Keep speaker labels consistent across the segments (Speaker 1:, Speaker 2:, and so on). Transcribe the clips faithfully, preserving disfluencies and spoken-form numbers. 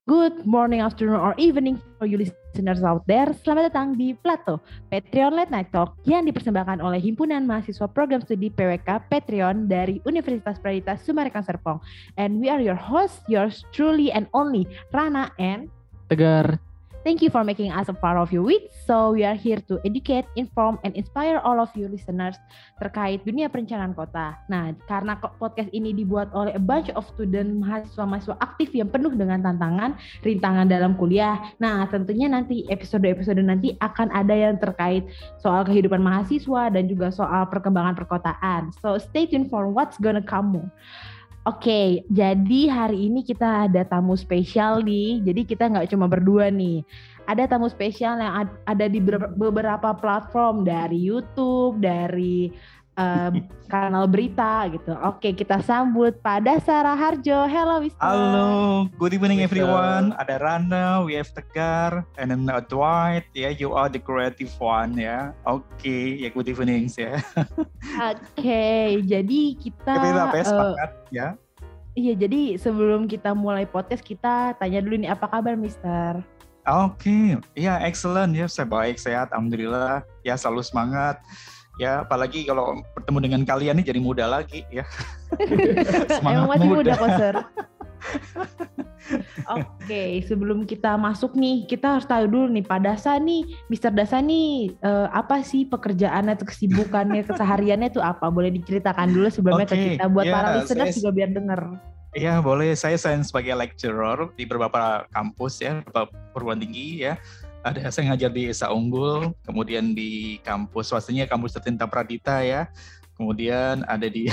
Speaker 1: Good morning, afternoon, or evening for you listeners out there. Selamat datang di Plato, Patreon Late Night Talk yang dipersembahkan oleh Himpunan Mahasiswa Program Studi P W K Patreon dari Universitas Pradita Sumarekon Serpong. And we are your hosts, yours truly and only, Rana and
Speaker 2: Tegar.
Speaker 1: Thank you for making us a part of your week. So we are here to educate, inform, and inspire all of you listeners terkait dunia perencanaan kota. Nah, karena podcast ini dibuat oleh a bunch of student mahasiswa-mahasiswa aktif yang penuh dengan tantangan, rintangan dalam kuliah. Nah, tentunya nanti episode-episode nanti akan ada yang terkait soal kehidupan mahasiswa dan juga soal perkembangan perkotaan. So stay tuned for what's gonna come. Oke, okay, jadi hari ini kita ada tamu spesial nih. Jadi kita nggak cuma berdua nih. Ada tamu spesial yang ad- ada di ber- beberapa platform, dari YouTube, dari um, kanal berita gitu. Oke, okay, kita sambut Pak Dasar Raharjo. Hello, mister
Speaker 3: Halo, good evening everyone. Ada Rana, we have Tegar, and then uh, Dwight. Yeah, you are the creative one ya. Yeah. Oke, okay. Ya yeah, good evening ya. Yeah.
Speaker 1: Oke, okay, jadi kita
Speaker 3: Kita apa ya, sepakat uh, ya.
Speaker 1: Iya, jadi sebelum kita mulai podcast kita tanya dulu nih, apa kabar, mister?
Speaker 3: Oke, okay. Ya yeah, excellent ya, saya baik, sehat, alhamdulillah. Ya selalu semangat. Ya apalagi kalau bertemu dengan kalian nih jadi muda lagi ya.
Speaker 1: Semangat Emang masih muda, muda kok, sir. Oke, okay, sebelum kita masuk nih, kita harus tahu dulu nih, Pak Dasa nih, mister Dasa nih, uh, apa sih pekerjaannya atau kesibukannya, kesehariannya itu apa? Boleh diceritakan dulu sebelumnya okay, ke kita, buat yeah, para listeners juga biar denger.
Speaker 3: Iya boleh, saya saya sebagai lecturer di beberapa kampus ya, beberapa perguruan tinggi ya. Ada saya ngajar di Esa Unggul, kemudian di kampus swastanya kampus Tercinta Pradita ya, kemudian ada di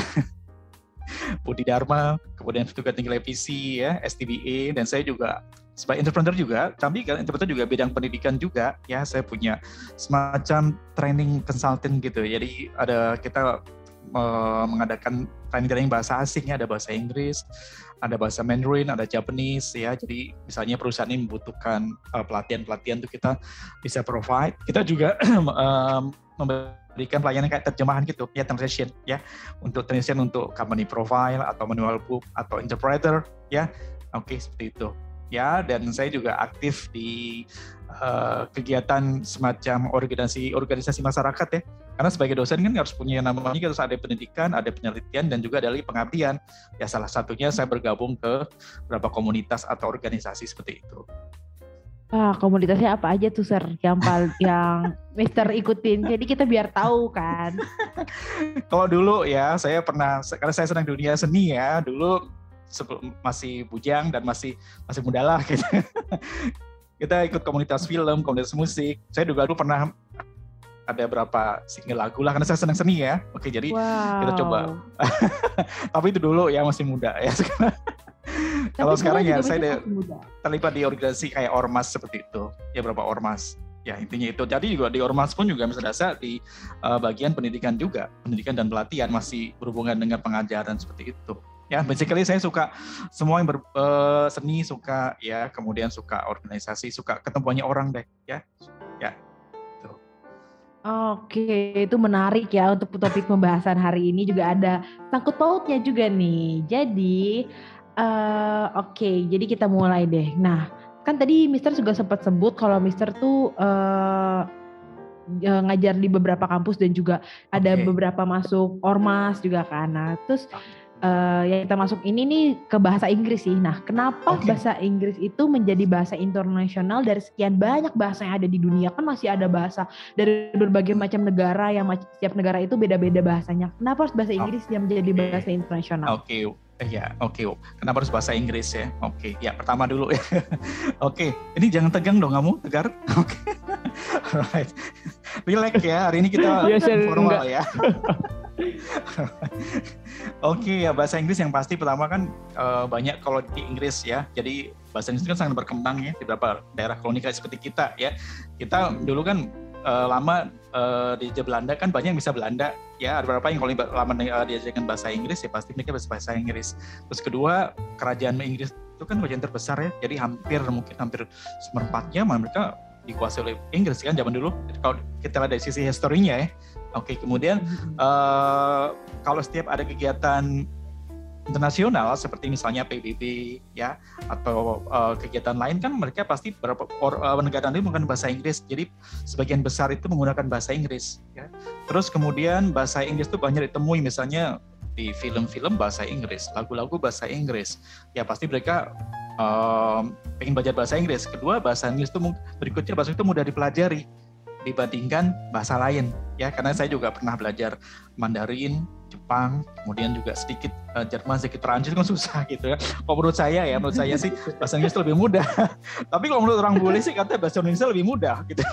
Speaker 3: Budi Dharma, kemudian juga tinggi televisi ya, S T B A, dan saya juga sebagai entrepreneur juga, tapi kan entrepreneur juga bidang pendidikan juga ya, saya punya semacam training consultant gitu. Jadi ada kita uh, mengadakan training-training bahasa asing ya, ada bahasa Inggris, ada bahasa Mandarin, ada Japanese ya. Jadi misalnya perusahaan ini membutuhkan uh, pelatihan-pelatihan itu kita bisa provide. Kita juga um, memberikan pelayanan kayak terjemahan gitu ya, translation ya, untuk translation untuk company profile atau manual book atau interpreter ya. Oke, seperti itu ya. Dan saya juga aktif di uh, kegiatan semacam organisasi organisasi masyarakat ya, karena sebagai dosen kan harus punya namanya, harus ada pendidikan, ada penelitian, dan juga ada pengabdian ya. Salah satunya saya bergabung ke beberapa komunitas atau organisasi seperti itu.
Speaker 1: Ah, komunitasnya apa aja tuh, Sir? Yang pal- yang Mister ikutin. Jadi kita biar tahu kan.
Speaker 3: Kalau dulu ya, saya pernah, karena saya senang dunia seni ya, dulu sebelum masih bujang dan masih masih muda lah gitu. Kita ikut komunitas film, komunitas musik. Saya juga dulu pernah ada berapa single lagu lah, karena saya senang seni ya. Oke, jadi wow, kita coba. Tapi itu dulu ya, masih muda ya. Kalau sekarang ya saya terlibat di organisasi kayak Ormas seperti itu ya, beberapa Ormas ya, intinya itu. Jadi juga di Ormas pun juga misalnya dasar di uh, bagian pendidikan juga, pendidikan dan pelatihan, masih berhubungan dengan pengajaran seperti itu ya. Basically saya suka semua yang ber, uh, seni suka ya, kemudian suka organisasi, suka ketemu banyak orang deh ya ya.
Speaker 1: Oke, itu menarik ya untuk topik pembahasan hari ini, juga ada sangkut pautnya juga nih. Jadi uh, oke, okay, jadi kita mulai deh. Nah, kan tadi Mister juga sempat sebut kalau Mister tuh uh, ngajar di beberapa kampus dan juga ada okay. beberapa masuk Ormas juga kan. Nah, terus uh, yang kita masuk ini nih ke bahasa Inggris sih. Nah, kenapa okay. bahasa Inggris itu menjadi bahasa internasional dari sekian banyak bahasa yang ada di dunia? Kan masih ada bahasa dari berbagai macam negara, yang setiap negara itu beda-beda bahasanya. Kenapa harus bahasa Inggris okay. yang menjadi bahasa internasional?
Speaker 3: Oke. Okay. Ya, oke. Okay. Kenapa harus bahasa Inggris ya? Oke, okay. Ya pertama dulu ya. Oke, okay. Ini jangan tegang dong kamu, Tegar. Oke, okay. Right. Relax ya. Hari ini kita formal ya. Oke, okay, ya bahasa Inggris yang pasti pertama kan uh, banyak kalau di Inggris ya. Jadi bahasa Inggris kan sangat berkembang ya di beberapa daerah koloni seperti kita ya. Kita dulu kan uh, lama uh, di Belanda kan banyak yang bisa Belanda ya, ada beberapa yang kalau lama uh, diajarkan bahasa Inggris ya pasti mereka bisa bahasa Inggris. Terus kedua, kerajaan Inggris itu kan kerajaan terbesar ya, jadi hampir mungkin hampir seperempatnya mereka dikuasai oleh Inggris kan zaman dulu. Kalau kita lihat dari sisi historinya ya. Oke, kemudian uh, kalau setiap ada kegiatan internasional seperti misalnya P B B ya atau uh, kegiatan lain kan mereka pasti beberapa or, uh, negara lain menggunakan bahasa Inggris. Jadi sebagian besar itu menggunakan bahasa Inggris ya. Terus kemudian bahasa Inggris itu banyak ditemui misalnya di film-film bahasa Inggris, lagu-lagu bahasa Inggris. Ya pasti mereka um, pengen belajar bahasa Inggris. Kedua, bahasa Inggris itu berikutnya bahasa itu mudah dipelajari dibandingkan bahasa lain ya, karena saya juga pernah belajar Mandarin, Jepang, kemudian juga sedikit uh, Jerman, sedikit Perancis kan susah gitu ya. Kalau menurut saya ya, menurut saya sih bahasa Inggris lebih mudah. Tapi kalau menurut orang bule sih katanya bahasa Indonesia lebih mudah gitu.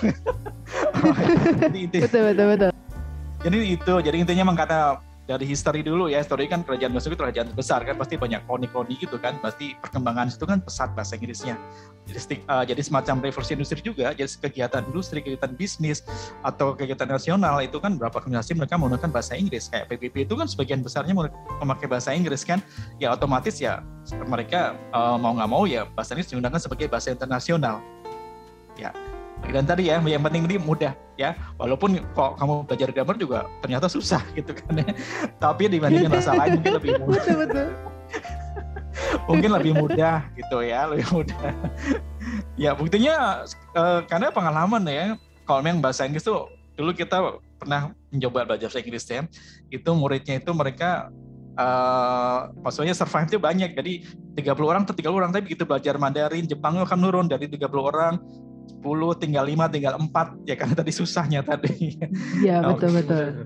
Speaker 3: Jadi itu. Betul betul betul. Jadi itu, jadi intinya memang kata dari history dulu ya, history kan kerajaan Mesir itu kerajaan besar kan, pasti banyak koloni-koloni gitu kan, pasti perkembangan itu kan pesat bahasa Inggrisnya. Jadi, uh, jadi semacam revolusi industri juga, jadi kegiatan industri, kegiatan bisnis atau kegiatan nasional itu kan berapa generasi mereka menggunakan bahasa Inggris. Kayak P B B itu kan sebagian besarnya memakai bahasa Inggris kan, ya otomatis ya mereka uh, mau nggak mau ya bahasa Inggris digunakan sebagai bahasa internasional. Ya. Dan tadi ya, yang penting ini mudah ya, walaupun kok kamu belajar grammar juga ternyata susah gitu kan ya. Tapi dibandingin bahasa lain mungkin lebih mudah. Betul, betul. Mungkin lebih mudah gitu ya, lebih mudah. Ya buktinya eh, karena pengalaman ya, kalau memang bahasa Inggris tuh dulu kita pernah mencoba belajar bahasa Inggris ya, itu muridnya itu mereka Uh, maksudnya survive-nya banyak, jadi tiga puluh orang atau tiga puluh orang, tapi begitu belajar Mandarin, Jepang akan menurun dari tiga puluh orang, sepuluh, tinggal lima, tinggal empat, ya karena tadi susahnya tadi.
Speaker 1: Iya, betul-betul.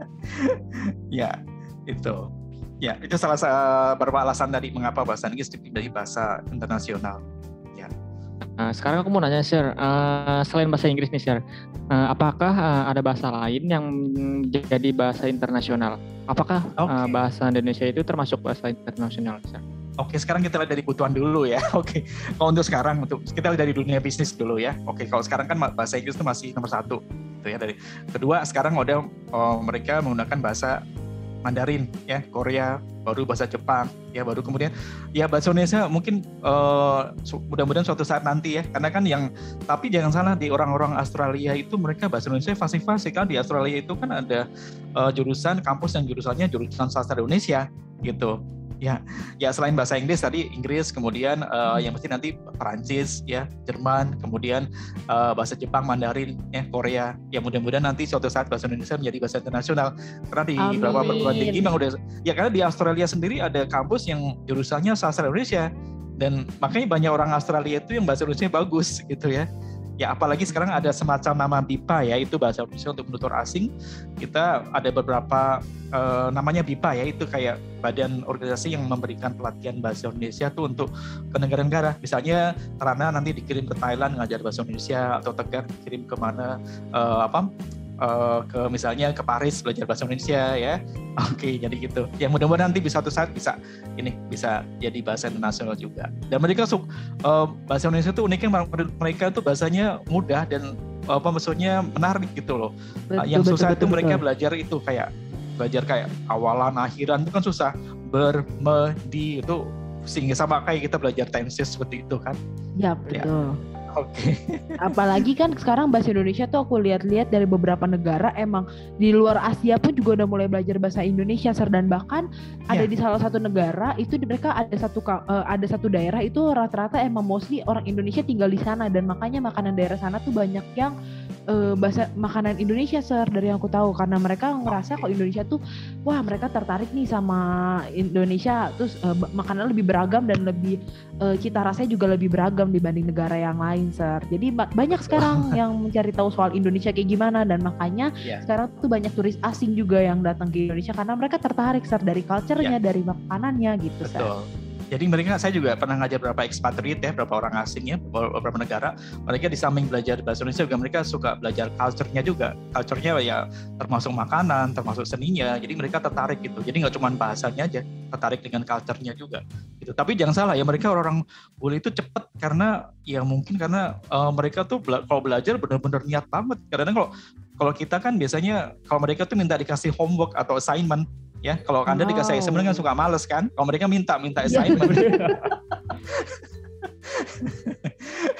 Speaker 3: Ya, itu. Ya, itu salah satu beberapa alasan tadi mengapa bahasa Inggris dipilih bahasa internasional. Ya.
Speaker 2: Nah, sekarang aku mau nanya, Sir, uh, selain bahasa Inggris nih, Sir, uh, apakah uh, ada bahasa lain yang jadi bahasa internasional? Apakah okay. uh, bahasa Indonesia itu termasuk bahasa internasional, Sir?
Speaker 3: Oke, sekarang kita lihat dari kebutuhan dulu ya. Oke, kalau untuk sekarang, untuk kita lihat dari dunia bisnis dulu ya. Oke, kalau sekarang kan bahasa Inggris itu masih nomor satu, gitu ya. Dari kedua, sekarang udah oh, mereka menggunakan bahasa Mandarin, ya, Korea, baru bahasa Jepang, ya, baru kemudian ya bahasa Indonesia mungkin uh, mudah-mudahan suatu saat nanti ya. Karena kan yang, tapi jangan salah di orang-orang Australia itu mereka bahasa Indonesia fasih-fasih kan. Di Australia itu kan ada uh, jurusan kampus yang jurusannya jurusan sastra Indonesia, gitu. Ya, ya selain bahasa Inggris tadi Inggris, kemudian uh, yang pasti nanti Perancis, ya, Jerman, kemudian uh, bahasa Jepang, Mandarin, ya, Korea. Ya mudah-mudahan nanti suatu saat bahasa Indonesia menjadi bahasa internasional. Karena di Amin. beberapa perguruan tinggi memang udah, ya karena di Australia sendiri ada kampus yang jurusannya sastra Indonesia, dan makanya banyak orang Australia itu yang bahasa Indonesia bagus, gitu ya. Ya apalagi sekarang ada semacam nama B I P A ya, itu bahasa Indonesia untuk penutur asing. Kita ada beberapa uh, namanya B I P A ya, itu kayak badan organisasi yang memberikan pelatihan bahasa Indonesia tuh untuk ke negara-negara. Misalnya Trana nanti dikirim ke Thailand ngajar bahasa Indonesia, atau Tegar dikirim ke mana uh, apa uh, ke misalnya ke Paris belajar bahasa Indonesia ya. Oke, jadi gitu. Yang mudah-mudahan nanti bisa satu saat bisa ini bisa jadi bahasa internasional juga. Dan mereka uh, bahasa Indonesia itu uniknya mereka tuh bahasanya mudah dan apa maksudnya menarik gitu loh. Betul, yang susah betul, itu betul, mereka betul. belajar itu kayak belajar kayak awalan akhiran itu kan susah. Ber, me, di itu sehingga sama kayak kita belajar tenses seperti itu kan. Ya, betul. Ya. Oke. Okay.
Speaker 1: Apalagi kan sekarang bahasa Indonesia tuh aku lihat-lihat dari beberapa negara emang di luar Asia pun juga udah mulai belajar bahasa Indonesia, Sir, dan bahkan yeah. ada di salah satu negara itu mereka ada satu uh, ada satu daerah itu rata-rata emang mostly orang Indonesia tinggal di sana, dan makanya makanan daerah sana tuh banyak yang uh, bahasa makanan Indonesia, Sir, dari yang aku tahu, karena mereka ngerasa kok Indonesia tuh wah mereka tertarik nih sama Indonesia, terus uh, makanan lebih beragam dan lebih uh, cita rasanya juga lebih beragam dibanding negara yang lain, Sir. Jadi banyak sekarang yang mencari tahu soal Indonesia kayak gimana, dan makanya yeah. sekarang tuh banyak turis asing juga yang datang ke Indonesia karena mereka tertarik, Sir, dari culture-nya, yeah. dari makanannya gitu, Sir.
Speaker 3: Betul. Jadi mereka, saya juga pernah ngajar beberapa expatriate ya, beberapa orang asing ya, beberapa negara. Mereka di samping belajar bahasa Indonesia juga mereka suka belajar culture-nya juga. Culture-nya ya termasuk makanan, termasuk seninya. Jadi mereka tertarik gitu. Jadi nggak cuma bahasanya aja, tertarik dengan culture-nya juga. Gitu. Tapi jangan salah ya, mereka orang bule itu cepat karena ya mungkin karena uh, mereka tuh bela- kalau belajar benar-benar niat banget. Karena kalau kalau kita kan biasanya kalau mereka tuh minta dikasih homework atau assignment. Ya, kalau Anda wow. dikasih assignment kan suka males kan? Kalau mereka minta minta assignment.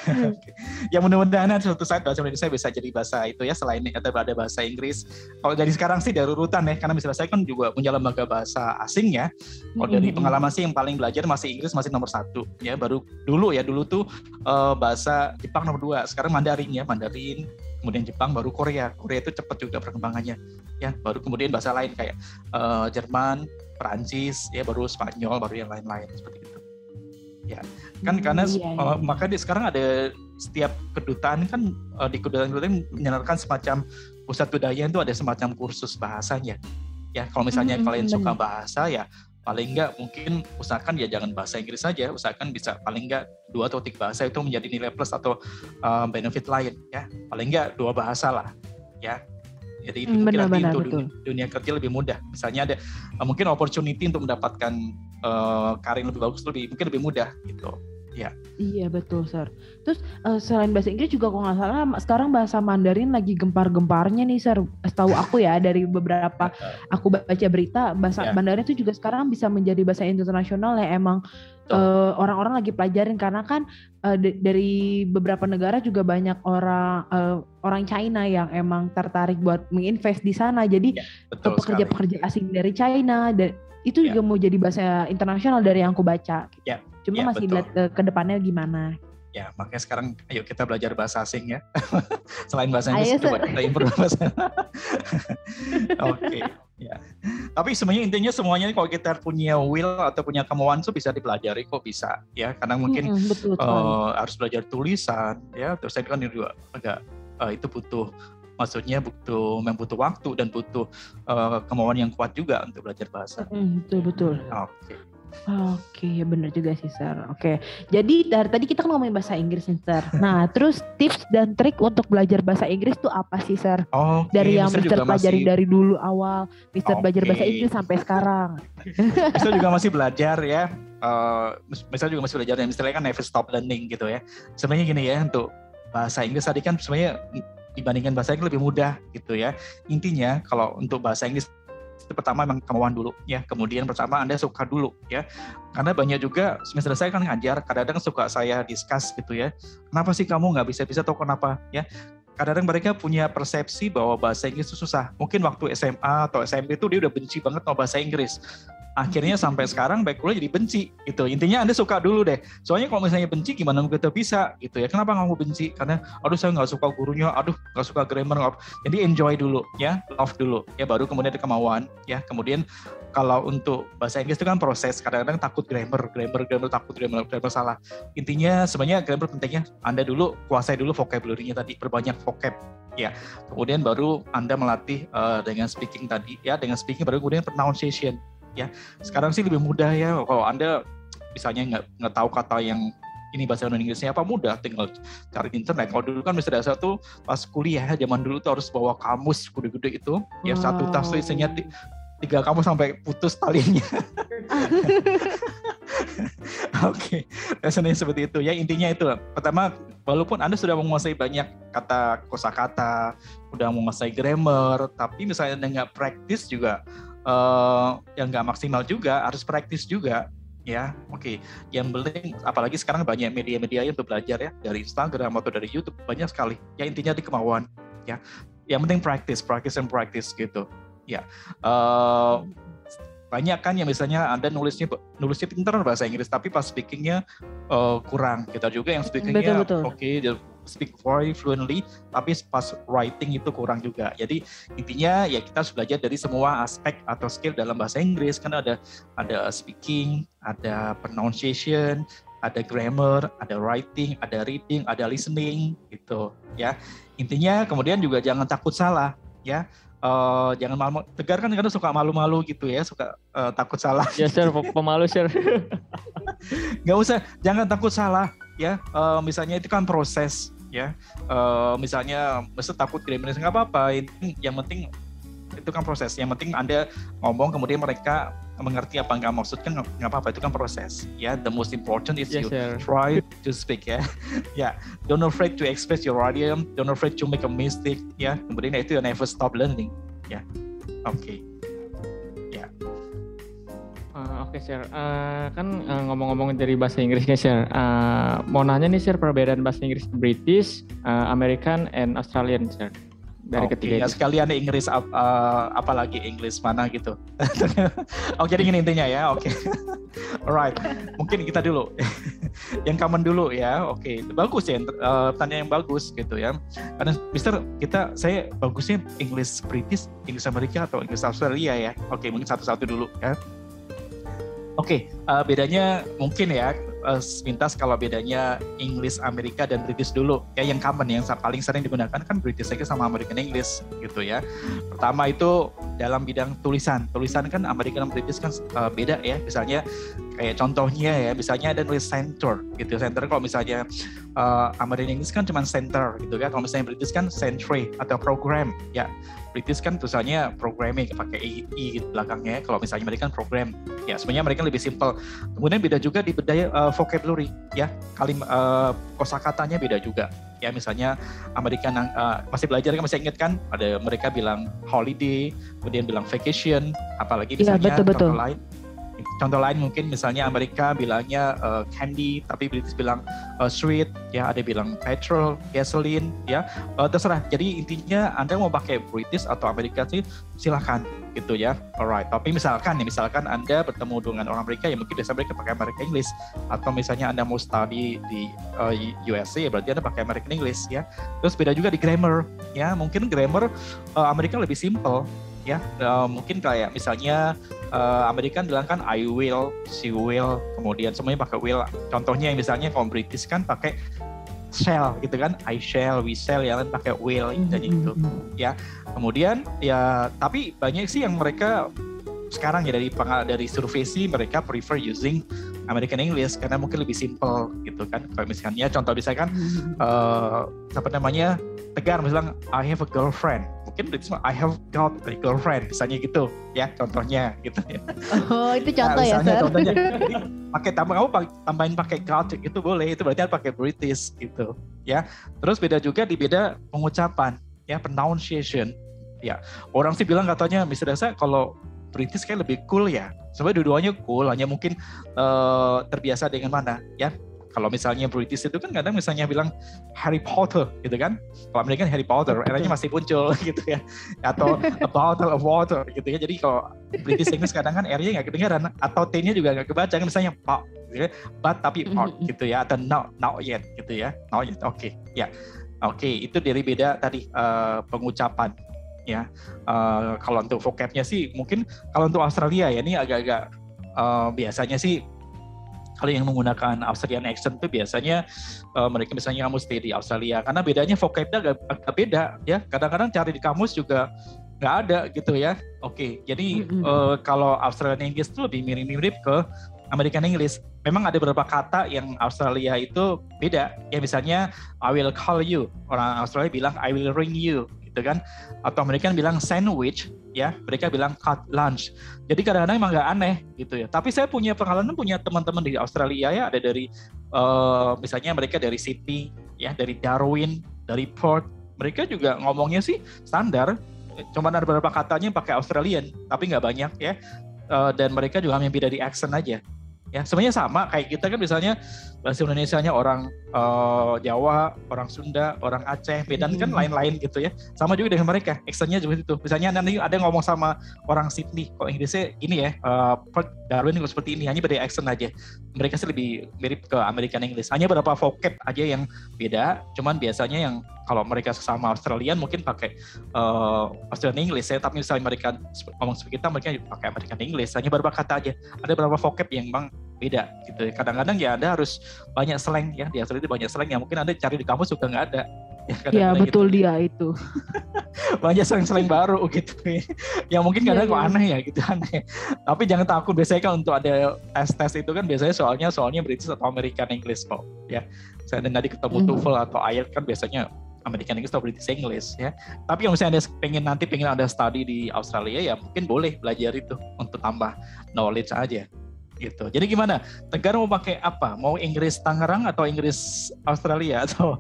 Speaker 3: Ya mudah-mudahan suatu saat bahasa Indonesia bisa jadi bahasa itu ya, selain atau ada bahasa Inggris. Kalau dari sekarang sih dari urutan ya, karena misalnya saya kan juga punya lembaga bahasa asing ya. Kalau dari pengalaman sih yang paling belajar masih Inggris, masih nomor satu ya. Baru dulu ya, dulu tuh uh, bahasa Jepang nomor dua. Sekarang Mandarin ya, Mandarin. Kemudian Jepang, baru Korea. Korea itu cepat juga perkembangannya ya. Baru kemudian bahasa lain kayak uh, Jerman, Perancis ya, baru Spanyol, baru yang lain-lain seperti itu. Ya, kan hmm, karena iya, iya. Uh, maka di sekarang ada setiap kedutaan kan uh, di kedutaan-kedutaan menyarankan semacam pusat budaya itu ada semacam kursus bahasanya. Ya, kalau misalnya hmm, kalian bener. suka bahasa ya paling enggak mungkin usahakan ya jangan bahasa Inggris saja, usahakan bisa paling enggak dua atau tiga bahasa itu menjadi nilai plus atau uh, benefit lain ya. Paling enggak dua bahasa lah ya. Jadi itu mungkin nanti untuk dunia, dunia kerja lebih mudah. Misalnya ada uh, mungkin opportunity untuk mendapatkan uh, karir lebih bagus lebih mungkin lebih mudah gitu. Ya.
Speaker 1: Iya betul, Sir. Terus uh, selain bahasa Inggris juga kalau nggak salah sekarang bahasa Mandarin lagi gempar-gemparnya nih, Sir. Setahu aku ya dari beberapa aku baca berita bahasa yeah. Mandarin itu juga sekarang bisa menjadi bahasa internasional yang emang uh, orang-orang lagi pelajarin karena kan uh, d- dari beberapa negara juga banyak orang uh, orang China yang emang tertarik buat menginvest di sana. Jadi yeah, pekerja-pekerja asing dari China dan itu yeah. juga mau jadi bahasa internasional dari yang aku baca.
Speaker 3: Ya. Yeah.
Speaker 1: Cuma
Speaker 3: ya,
Speaker 1: masih lihat uh, ke depannya gimana.
Speaker 3: Ya, makanya sekarang ayo kita belajar bahasa asing ya. Selain bahasa Inggris coba kita improve bahasa. Oke, okay, ya. Tapi sebenarnya intinya semuanya kalau kita punya will atau punya kemauan itu bisa dipelajari kok bisa ya. Karena mungkin mm-hmm, betul, uh, harus belajar tulisan ya. Terus saya kan juga agak uh, itu butuh maksudnya butuh membutuh waktu dan butuh uh, kemauan yang kuat juga untuk belajar bahasa.
Speaker 1: Mm, betul betul.
Speaker 3: Oke. Okay.
Speaker 1: Oke, ya benar juga sih, Sir. Oke, jadi dari tadi kita kan ngomongin bahasa Inggris nih, Sir. Nah, terus tips dan trik untuk belajar bahasa Inggris tuh apa sih, Sir?
Speaker 3: Okay,
Speaker 1: dari yang Mister pelajari masih... dari dulu awal, Mister okay. belajar bahasa Inggris sampai sekarang.
Speaker 3: Mister juga masih belajar ya. Uh, Mister juga masih belajar, ya. Mister kan never stop learning gitu ya. Sebenarnya gini ya, untuk bahasa Inggris tadi kan sebenarnya dibandingkan bahasa Inggris lebih mudah gitu ya. Intinya kalau untuk bahasa Inggris itu pertama memang kemauan dulu ya, kemudian pertama Anda suka dulu ya, karena banyak juga semester saya kan ngajar, kadang-kadang suka saya discuss gitu ya, kenapa sih kamu nggak bisa-bisa atau kenapa ya, kadang-kadang mereka punya persepsi bahwa bahasa Inggris itu susah, mungkin waktu S M A atau S M P itu dia udah benci banget sama bahasa Inggris, akhirnya sampai sekarang baik kuliah jadi benci gitu. Intinya Anda suka dulu deh. Soalnya kalau misalnya benci gimana kita bisa gitu ya. Kenapa kamu benci? Karena aduh saya nggak suka gurunya, aduh nggak suka grammar. Gak. Jadi enjoy dulu ya, love dulu ya, baru kemudian ada kemauan ya. Kemudian kalau untuk bahasa Inggris itu kan proses. Kadang-kadang takut grammar, grammar, grammar takut grammar, grammar salah. Intinya sebenarnya grammar pentingnya Anda dulu kuasai dulu vocabulary-nya tadi, perbanyak vocab. Ya, kemudian baru Anda melatih uh, dengan speaking tadi ya, dengan speaking baru kemudian pronunciation. Ya, sekarang sih lebih mudah ya. Kalau Anda misalnya nggak nggak tahu kata yang ini bahasa Inggrisnya apa, mudah tinggal cari di internet. Kalau dulu kan Mister Dasa tuh pas kuliah zaman dulu tuh harus bawa kamus gede-gede itu, wow. Ya satu tas tuh isinya t- tiga kamus sampai putus talinya. Oke, rasanya seperti itu ya. Intinya itu pertama, walaupun Anda sudah menguasai banyak kata kosakata, udah menguasai grammar, tapi misalnya Anda nggak praktis juga. Uh, yang nggak maksimal juga, harus praktis juga ya. Oke, okay. Yang penting apalagi sekarang banyak media-media yang belajar ya, dari Instagram atau dari YouTube banyak sekali ya. Intinya di kemauan ya, yang penting praktis, praktis dan praktis gitu ya. Uh, banyak kan yang misalnya Anda nulisnya nulisnya pintar bahasa Inggris tapi pas speakingnya uh, kurang. Kita juga yang speakingnya oke okay, speak very fluently, tapi pas writing itu kurang juga. Jadi intinya ya kita harus belajar dari semua aspek atau skill dalam bahasa Inggris. Kan ada ada speaking, ada pronunciation, ada grammar, ada writing, ada reading, ada listening gitu ya. Intinya kemudian juga jangan takut salah ya. Uh, jangan malu, Tegar kan kadang suka malu-malu gitu ya, suka uh, takut salah.
Speaker 2: Ya Sir, pemalu Sir.
Speaker 3: Nggak usah, jangan takut salah ya. Uh, misalnya itu kan proses ya. Uh, misalnya mesti takut grammar nggak apa-apa. Yang penting itu kan proses. Yang penting Anda ngomong kemudian mereka mengerti apa nggak maksud kan nggak apa-apa, itu kan proses ya. The most important is yes, you sir. Try to speak ya. Ya, don't afraid to express your idea, don't afraid to make a mistake ya. Kemudian itu never stop learning ya. Oke. Okay. Ya.
Speaker 2: Uh, Oke, okay, Sir. Uh, kan uh, ngomong-ngomong dari bahasa Inggrisnya, Sir. Uh, mau nanya nih, Sir, perbedaan bahasa Inggris British, uh, American, and Australian, Sir. Dari
Speaker 3: Oke,
Speaker 2: ketiga
Speaker 3: ya sekalian Inggris uh, apalagi Inggris mana gitu. Oh, jadi gini intinya ya. Oke. Okay. Alright. Mungkin kita dulu. Yang common dulu ya. Oke, okay. Bagus ya. Uh, tanya yang bagus gitu ya. Karena Mister kita saya bagusnya Inggris British, Inggris Amerika atau Inggris Australia ya. Oke, okay, mungkin satu-satu dulu ya. Oke, okay, uh, bedanya mungkin ya, uh, mintas kalau bedanya Inggris Amerika dan British dulu. Ya yang common, yang paling sering digunakan kan British English sama American English gitu ya. Pertama itu dalam bidang tulisan. Tulisan kan American dan British kan uh, beda ya. Misalnya kayak contohnya ya, misalnya ada nulis center gitu. Center kalau misalnya uh, American English kan cuma center gitu kan. Kalau misalnya British kan century atau program ya. British kan tulisannya programming pakai i, i gitu belakangnya. Kalau misalnya mereka kan program, ya sebenarnya mereka lebih simple. Kemudian beda juga di bedaya uh, vocabulary, ya kalim uh, kosakatanya beda juga. Ya misalnya Amerika uh, masih belajar kan masih ingat kan? Ada mereka bilang holiday, kemudian bilang vacation, apalagi misalnya
Speaker 1: ya, betul, betul.
Speaker 3: contoh lain. Contoh lain mungkin misalnya Amerika bilangnya uh, candy, tapi British bilang uh, sweet, ya ada bilang petrol, gasoline, ya uh, terserah. Jadi intinya Anda mau pakai British atau Amerika sih silahkan gitu ya. Alright. Tapi misalkan nih, misalkan Anda bertemu dengan orang Amerika, ya mungkin biasa mereka pakai American English. Atau misalnya Anda mau study di uh, U S A, ya berarti Anda pakai American English ya. Terus beda juga di grammar, ya mungkin grammar uh, Amerika lebih simple. Ya, uh, mungkin kayak misalnya uh, Amerika bilang kan I will, she will, kemudian semuanya pakai will. Contohnya misalnya kalau British kan pakai shall gitu kan, I shall, we shall, ya kan pakai will jadi gitu. Ya, kemudian ya tapi banyak sih yang mereka sekarang ya dari dari survei sih mereka prefer using American English karena mungkin lebih simple gitu kan. Kayak misalnya contoh misalkan uh, apa namanya Tegar misalnya I have a girlfriend, mungkin berarti I have got a girlfriend misalnya gitu ya contohnya gitu ya.
Speaker 1: Oh itu contoh nah,
Speaker 3: ya
Speaker 1: Sir.
Speaker 3: Contohnya jadi pakai tambah kamu tambahin pakai got itu boleh, itu berarti pakai British gitu ya. Terus beda juga di beda pengucapan ya, pronunciation ya. Orang sih bilang katanya misalnya saya kalau British kayak lebih cool ya. Sebenarnya dua-duanya cool, hanya mungkin uh, terbiasa dengan mana ya. Kalau misalnya British itu kan kadang misalnya bilang Harry Potter gitu kan. Kalau mereka kan Harry Potter, R-nya masih muncul gitu ya. Atau a bottle of water gitu ya. Jadi kalau British English kadang kan R-nya nggak kedengaran. Atau T-nya juga nggak kebaca kan misalnya pot gitu ya. But tapi pot gitu ya. Atau not, not yet gitu ya. Not yet, oke. Okay. Ya, oke. Okay. Itu dari beda tadi uh, pengucapan. Ya, uh, kalau untuk vocabnya sih mungkin kalau untuk Australia ya ini agak-agak uh, biasanya sih kalau yang menggunakan Australian accent itu biasanya uh, mereka misalnya kamu stay di Australia karena bedanya vocabnya agak, agak beda ya, kadang-kadang cari di kamus juga nggak ada gitu ya. Oke, okay, jadi mm-hmm. uh, kalau Australian English itu lebih mirip-mirip ke American English. Memang ada beberapa kata yang Australia itu beda ya, misalnya I will call you, orang Australia bilang I will ring you gitu kan, atau mereka bilang sandwich ya, mereka bilang cut lunch. Jadi kadang-kadang emang nggak aneh gitu ya. Tapi saya punya pengalaman, punya teman-teman di Australia ya, ada dari uh, misalnya mereka dari Sydney ya, dari Darwin, dari Perth, mereka juga ngomongnya sih standar, cuma ada beberapa katanya pakai Australian tapi nggak banyak ya, uh, dan mereka juga hanya beda di accent aja. Ya, sebenarnya sama kayak kita kan misalnya bahasa Indonesianya orang uh, Jawa, orang Sunda, orang Aceh, Medan kan lain-lain gitu ya. Sama juga dengan mereka, accent-nya seperti itu. Misalnya nanti ada ngomong sama orang Sydney, kok Inggrisnya ini ya, uh, Darwin kok seperti ini, hanya beda accent aja. Mereka sih lebih mirip ke American English. Hanya beberapa vocab aja yang beda, cuman biasanya yang kalau mereka sesama Australian mungkin pakai uh, Australian English ya, tapi misalnya mereka ngomong seperti kita, mereka pakai American English. Hanya beberapa kata aja. Ada beberapa vocab yang memang beda gitu. Kadang-kadang ya Anda harus banyak slang ya, di Australia itu banyak slang yang mungkin Anda cari di kamus juga nggak ada. Ya,
Speaker 1: ya betul gitu. Dia itu.
Speaker 3: Banyak slang-slang baru gitu ya. Yang mungkin kadang ya, kok ya. Aneh ya gitu aneh. Tapi jangan takut, biasanya kan untuk ada tes-tes itu kan biasanya soalnya soalnya British atau American English kok ya. Saya tadi ketemu hmm. TOEFL atau I E L T S kan biasanya American English atau British English ya. Tapi kalau misalnya Anda pengen nanti pengen ada study di Australia ya mungkin boleh belajar itu untuk tambah knowledge aja gitu. Jadi gimana? Tegar mau pakai apa? Mau Inggris Tangerang atau Inggris Australia atau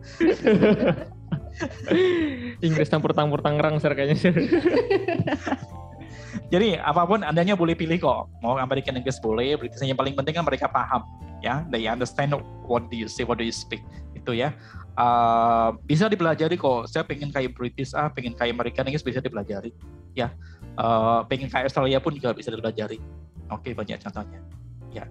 Speaker 2: Inggris campur-campur Tangerang sir kayaknya sir.
Speaker 3: Jadi apapun Andanya boleh pilih kok. Mau American English boleh, British yang paling penting kan mereka paham ya. They understand what do you say, what do you speak. Itu ya. Uh, bisa dipelajari kok. Saya pengen kayak British ah, pengen kayak American English bisa dipelajari. Ya. Uh, pengen kayak Australia pun juga bisa dipelajari. Oke, banyak contohnya. Ya.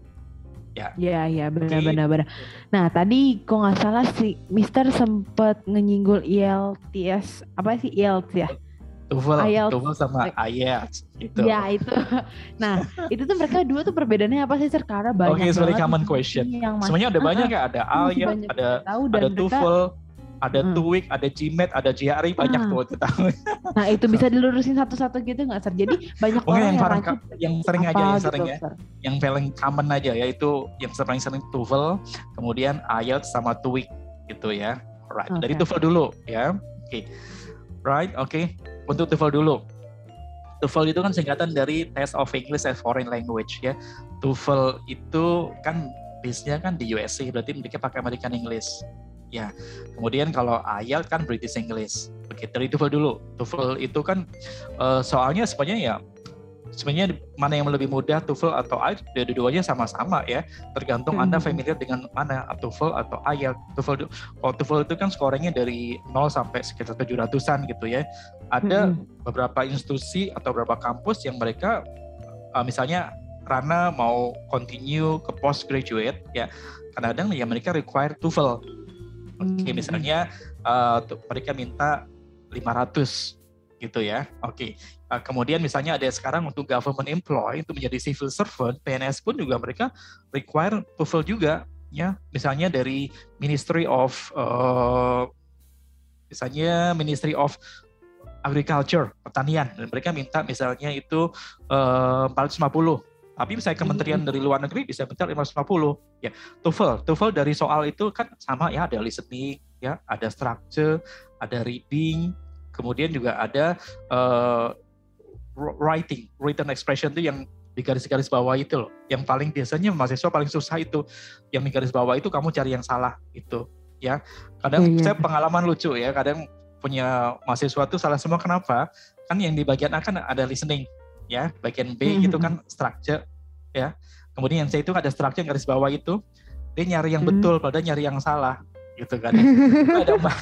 Speaker 3: Ya,
Speaker 1: ya, ya benar-benar benar. Nah, tadi kok nggak salah si Mister sempat ngenyinggul I E L T S apa sih I E L T S ya?
Speaker 3: TOEFL, TOEFL sama I E L T S gitu.
Speaker 1: Ya itu. Nah, itu tuh mereka dua tuh perbedaannya apa sih, Sir? Karena banyak
Speaker 3: okay, banget. Oke, very common question. Sebenarnya ada banyak ya, ada I E L T S, ada ada TOEFL, ada hmm. TOEIC, ada GMAT, ada G R E, banyak ah. tuh kita.
Speaker 1: Nah, itu bisa dilurusin satu-satu gitu nggak, Sir? Jadi banyak
Speaker 3: oh,
Speaker 1: orang
Speaker 3: yang,
Speaker 1: yang,
Speaker 3: ka- yang sering aja, yang sering gitu, ya. Sir. Yang paling common aja yaitu yang sering-sering TOEFL, kemudian I E L T S sama TOEIC gitu ya. Right. Okay. Dari TOEFL dulu ya. Oke. Okay. Right, oke. Okay. Untuk TOEFL dulu. TOEFL itu kan singkatan dari Test of English as Foreign Language ya. TOEFL itu kan base-nya kan di U S A, berarti mereka pakai American English. Ya. Kemudian kalau I E L T S kan British English. Oke, dari TOEFL dulu. TOEFL itu kan uh, soalnya sebenarnya ya sebenarnya mana yang lebih mudah, TOEFL atau I E L T S, dua-duanya sama-sama ya. Tergantung hmm. Anda familiar dengan mana, TOEFL atau I E L T S. TOEFL, kalau TOEFL itu kan skornya dari nol sampai sekitar tujuh ratusan gitu ya. Ada hmm. beberapa institusi atau beberapa kampus yang mereka uh, misalnya Rana mau continue ke postgraduate ya. Kadang-kadang ya mereka require TOEFL. Oke, okay, hmm. misalnya uh, mereka minta lima ratus gitu ya. Oke. Okay. Uh, kemudian misalnya ada sekarang untuk government employee, untuk menjadi civil servant, P N S pun juga mereka require TOEFL juga ya. Misalnya dari Ministry of uh, misalnya Ministry of Agriculture, pertanian, dan mereka minta misalnya itu uh, empat ratus lima puluh. Tapi misalnya kementerian dari luar negeri bisa minta lima ratus lima puluh. Ya, TOEFL, TOEFL dari soal itu kan sama ya, ada listening, ya, ada structure, ada reading, kemudian juga ada uh, writing, written expression itu yang di garis-garis bawah itu loh. Yang paling biasanya mahasiswa paling susah itu, yang di garis bawah itu kamu cari yang salah itu, ya. Kadang yeah, yeah. saya pengalaman lucu ya, kadang punya mahasiswa itu salah semua. Kenapa? Kan yang di bagian A kan ada listening, ya, bagian B mm-hmm. itu kan structure, ya. Kemudian yang C itu ada structure yang garis bawah itu, dia nyari yang mm-hmm. betul, padahal nyari yang salah, gitu kan. ada empat,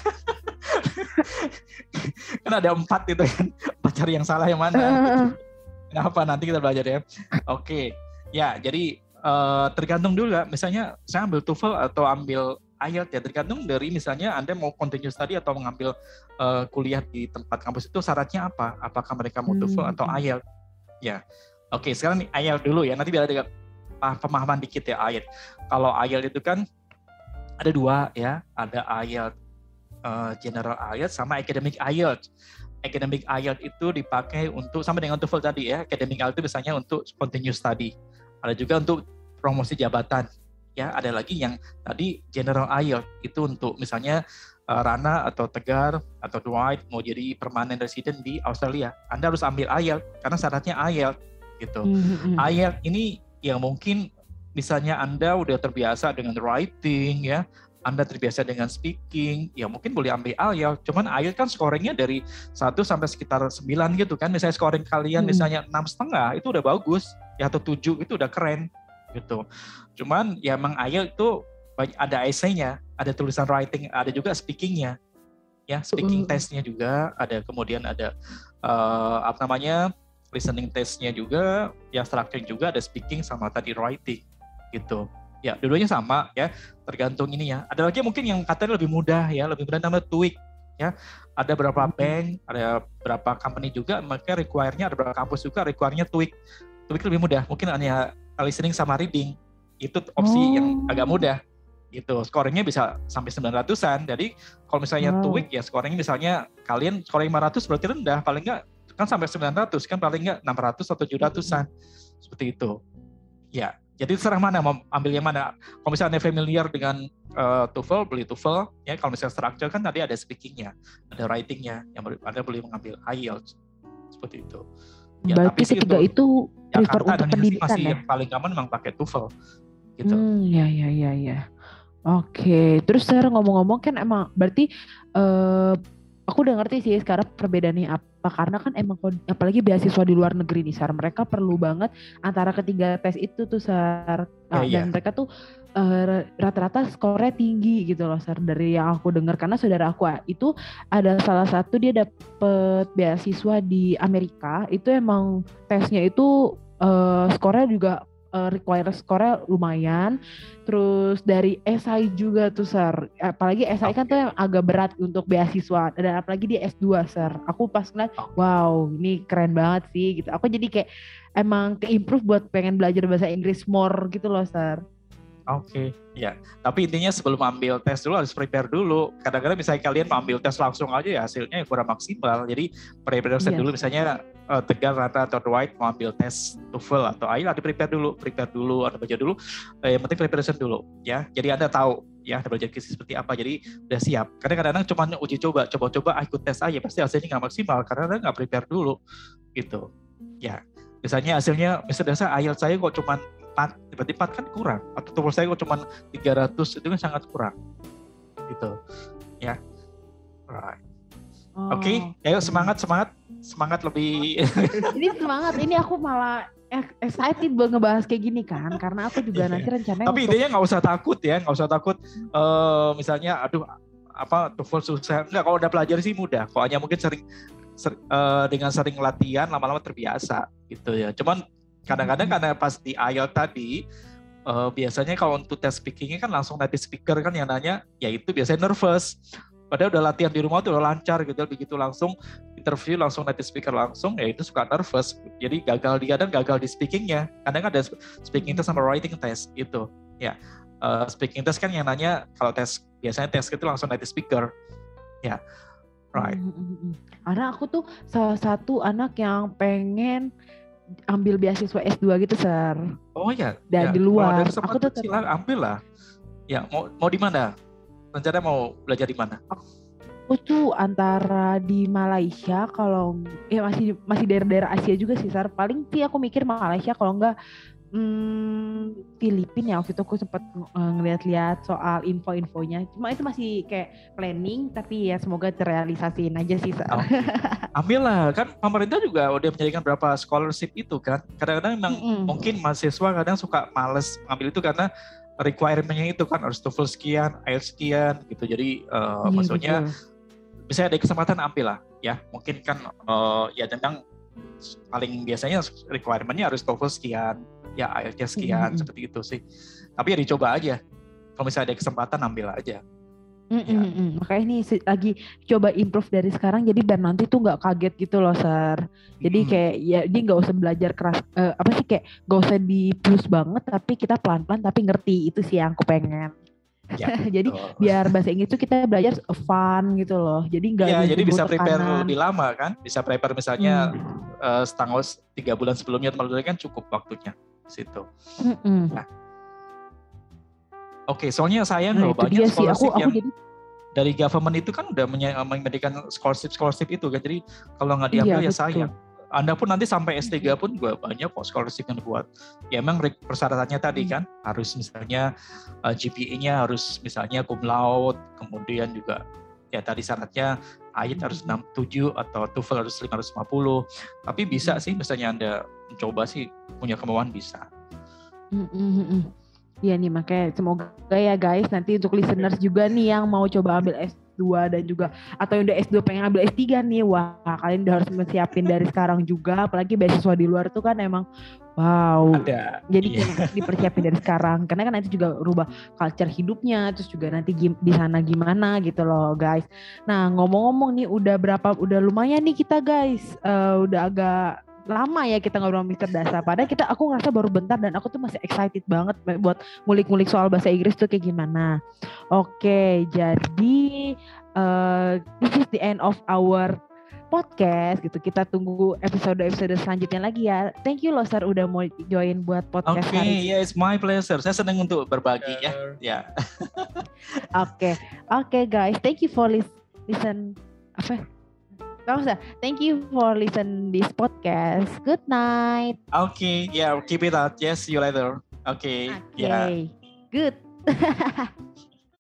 Speaker 3: kan ada empat itu kan, cari yang salah yang mana? Gitu. Kenapa? Nanti kita belajar ya. Oke, ya, jadi uh, tergantung dulu lah. Misalnya saya ambil TOEFL atau ambil I E L T S ya, tergantung dari misalnya Anda mau continue study atau mengambil uh, kuliah di tempat kampus itu syaratnya apa? Apakah mereka mau TOEFL hmm. atau I E L T S? Ya, oke. Sekarang nih I E L T S dulu ya. Nanti biar ada pemahaman dikit ya I E L T S. Kalau I E L T S itu kan ada dua ya, ada I E L T S uh, General I E L T S sama Academic I E L T S. Academic I E L T S itu dipakai untuk sama dengan TOEFL tadi ya. Academic I E L T S biasanya untuk continue study. Ada juga untuk promosi jabatan. Ya, ada lagi yang tadi General I E L T S itu untuk misalnya uh, Rana atau Tegar atau Dwight mau jadi permanent resident di Australia. Anda harus ambil I E L T S karena syaratnya I E L T S gitu. Mm-hmm. I E L T S ini yang mungkin misalnya Anda udah terbiasa dengan writing ya, Anda terbiasa dengan speaking, ya mungkin boleh ambil I E L T S. Cuman I E L T S kan scoringnya dari satu sampai sekitar sembilan gitu kan. Misalnya scoring kalian hmm. misalnya enam setengah, itu udah bagus. Ya, atau tujuh itu udah keren gitu. Cuman ya emang I E L T S itu ada essay-nya, ada tulisan writing, ada juga speaking-nya. Ya, speaking uh. test-nya juga ada, kemudian ada uh, apa namanya? listening test-nya juga, ya structure juga, ada speaking sama tadi writing gitu. Ya, dua-duanya sama ya, tergantung ini ya. Ada lagi mungkin yang katanya lebih mudah ya, lebih mudah namanya TOEIC ya. Ada beberapa bank, ada beberapa company juga, mereka require-nya, ada beberapa kampus juga require-nya TOEIC. TOEIC lebih mudah, mungkin hanya listening sama reading. Itu opsi oh. yang agak mudah gitu. Scoringnya bisa sampai sembilan ratusan. Jadi kalau misalnya wow. TOEIC ya scoringnya misalnya kalian scoring lima ratus berarti rendah, paling enggak kan sampai sembilan ratus, kan paling enggak enam ratus atau tujuh ratusan. Seperti itu. Ya. Jadi terserah mana, mau ambil yang mana. Kalau misalnya familiar dengan uh, TOEFL, beli TOEFL. Ya, kalau misalnya structure kan tadi ada speaking-nya, ada writing-nya, yang Anda boleh mengambil I E L T S. Seperti itu. Ya,
Speaker 1: berarti
Speaker 3: tapi
Speaker 1: ketiga itu, itu prefer
Speaker 3: Jakarta
Speaker 1: untuk pendidikan
Speaker 3: masih
Speaker 1: ya?
Speaker 3: Yang paling common memang pakai TOEFL. Gitu.
Speaker 1: Hmm, ya, ya, ya, ya. Oke, terus saya ngomong-ngomong kan emang berarti uh, aku udah ngerti sih sekarang perbedaannya apa, karena kan emang apalagi beasiswa di luar negeri nih Sar, mereka perlu banget antara ketiga tes itu tuh Sar. Nah,
Speaker 3: ya,
Speaker 1: dan
Speaker 3: ya.
Speaker 1: mereka tuh uh, rata-rata skornya tinggi gitu loh Sar, dari yang aku dengar, karena saudara aku itu ada salah satu dia dapet beasiswa di Amerika, itu emang tesnya itu uh, skornya juga Uh, require skornya lumayan, terus dari esai juga tuh Sar, apalagi esai okay. kan tuh yang agak berat untuk beasiswa, dan apalagi di S dua Sar, aku pas ngeliat wow ini keren banget sih gitu, aku jadi kayak emang ke-improve buat pengen belajar bahasa Inggris more gitu loh Sar.
Speaker 3: Oke, okay. ya. Tapi intinya sebelum ambil tes dulu harus prepare dulu. Kadang-kadang misalnya kalian mau ambil tes langsung aja ya hasilnya kurang maksimal. Jadi prepare yes. dulu misalnya uh, Tegal, Rata, atau Dwight mau ambil tes TOEFL atau I E L T S, prepare dulu, prepare dulu, Anda baca dulu. Eh, yang penting preparation dulu, ya. Jadi Anda tahu ya Anda belajar kisah seperti apa. Jadi udah siap. Karena kadang-kadang cuma uji coba, coba-coba ah, ikut tes aja pasti hasilnya nggak maksimal karena Anda nggak prepare dulu, gitu. Ya. Misalnya hasilnya, misalnya I E L T S saya kok cuma empat, berarti empat kan kurang, atau TOEFL saya kok cuma tiga ratus, itu kan sangat kurang gitu ya. Right. Oh. Oke, okay. Ayo semangat semangat semangat lebih.
Speaker 1: Ini semangat, ini aku malah excited buat ngebahas kayak gini kan, karena aku juga nanti rencananya.
Speaker 3: Tapi untuk... intinya nggak usah takut ya, nggak usah takut. Uh, misalnya, aduh apa TOEFL susah, enggak, kalau udah pelajari sih mudah. Kok hanya mungkin sering ser, uh, dengan sering latihan lama-lama terbiasa gitu ya. Cuman kadang-kadang karena pas di I E L T S tadi, uh, biasanya kalau untuk tes speakingnya kan langsung native speaker kan yang nanya, ya itu biasanya nervous. Padahal udah latihan di rumah tuh udah lancar gitu, begitu langsung interview langsung native speaker langsung, ya itu suka nervous. Jadi gagal dia dan gagal di speakingnya. Kadang ada speaking test sama writing test itu. Ya, uh, speaking test kan yang nanya, kalau tes biasanya tes itu langsung native speaker. Ya, right.
Speaker 1: Karena aku tuh salah satu anak yang pengen ambil beasiswa S dua gitu Sar.
Speaker 3: Oh ya.
Speaker 1: Dan
Speaker 3: ya.
Speaker 1: di luar.
Speaker 3: Aku tuh silakan ambil lah. Ya, mau mau di mana? Rencana mau belajar di mana?
Speaker 1: Aku tuh antara di Malaysia, kalau ya masih masih daerah-daerah Asia juga sih Sar. Paling sih aku mikir Malaysia, kalau enggak hmm, Filipina ya. Waktu itu aku sempat uh, ngeliat-liat soal info-infonya. Cuma itu masih kayak planning, tapi ya semoga terrealisasiin aja sih Sar.
Speaker 3: Oh. Ambil lah, kan pemerintah juga udah menyediakan berapa scholarship itu kan. Kadang-kadang memang mm-hmm. mungkin mahasiswa kadang suka males ambil itu karena requirement-nya itu kan harus TOEFL sekian, I E L T S sekian gitu. Jadi uh, yeah, maksudnya bisa ada kesempatan ambil lah ya. Mungkin kan uh, ya tentang paling biasanya requirement-nya harus TOEFL sekian, ya I E L T S sekian, mm-hmm. seperti itu sih. Tapi ya dicoba aja. Kalau misalnya ada kesempatan ambil aja.
Speaker 1: Mm, ya. mm, mm. Makanya ini lagi coba improve dari sekarang, jadi biar nanti tuh nggak kaget gitu loh Sar. Jadi mm. kayak ya dia nggak usah belajar keras, uh, apa sih kayak nggak usah di push banget, tapi kita pelan-pelan tapi ngerti, itu sih yang aku pengen. Ya, jadi oh. biar bahasa Inggris tuh kita belajar fun gitu loh. Jadi nggak.
Speaker 3: Ya, jadi bisa prepare kanan. Lebih lama kan, bisa prepare misalnya mm. uh, setengah tiga bulan sebelumnya teman kan cukup waktunya situ. Mm-mm. Nah. Oke, okay, soalnya sayang nah, loh banyak scholarship aku, yang aku jadi... dari government itu kan udah menyediakan scholarship-scholarship itu kan. Jadi kalau nggak diambil iya, ya sayang. Anda pun nanti sampai S tiga pun juga banyak kok scholarship yang buat. Ya emang persyaratannya tadi kan harus misalnya uh, G P A-nya harus misalnya cum laude, kemudian juga ya tadi syaratnya I E L T S harus enam puluh tujuh atau TOEFL harus lima ratus lima puluh. Tapi bisa sih misalnya Anda mencoba sih, punya kemauan bisa.
Speaker 1: Mm-hmm. Iya nih, makanya semoga ya guys nanti untuk listeners juga nih yang mau coba ambil S dua dan juga atau yang udah S dua pengen ambil S tiga nih, wah kalian udah harus menyiapin dari sekarang juga, apalagi beasiswa di luar tuh kan emang wow. Ada. Jadi iya. Dipersiapin dari sekarang karena kan nanti juga rubah culture hidupnya, terus juga nanti di sana gimana gitu loh guys. Nah ngomong-ngomong nih udah berapa udah lumayan nih kita guys, uh, udah agak lama ya kita ngobrol sama mister Dasa. Padahal kita aku ngerasa baru bentar dan aku tuh masih excited banget buat ngulik-ngulik soal bahasa Inggris tuh kayak gimana. Oke, jadi uh, this is the end of our podcast gitu. Kita tunggu episode-episode selanjutnya lagi ya. Thank you loh Sir udah mau join buat podcast
Speaker 3: okay,
Speaker 1: hari ini.
Speaker 3: Oke, yeah, it's my pleasure. Saya senang untuk berbagi ya. Ya.
Speaker 1: Oke, oke guys. Thank you for listen. listen apa? Thank you for listen this podcast. Good night.
Speaker 3: Okay, yeah, keep it up. Yes, see you later. Okay,
Speaker 1: okay.
Speaker 3: yeah.
Speaker 1: Good.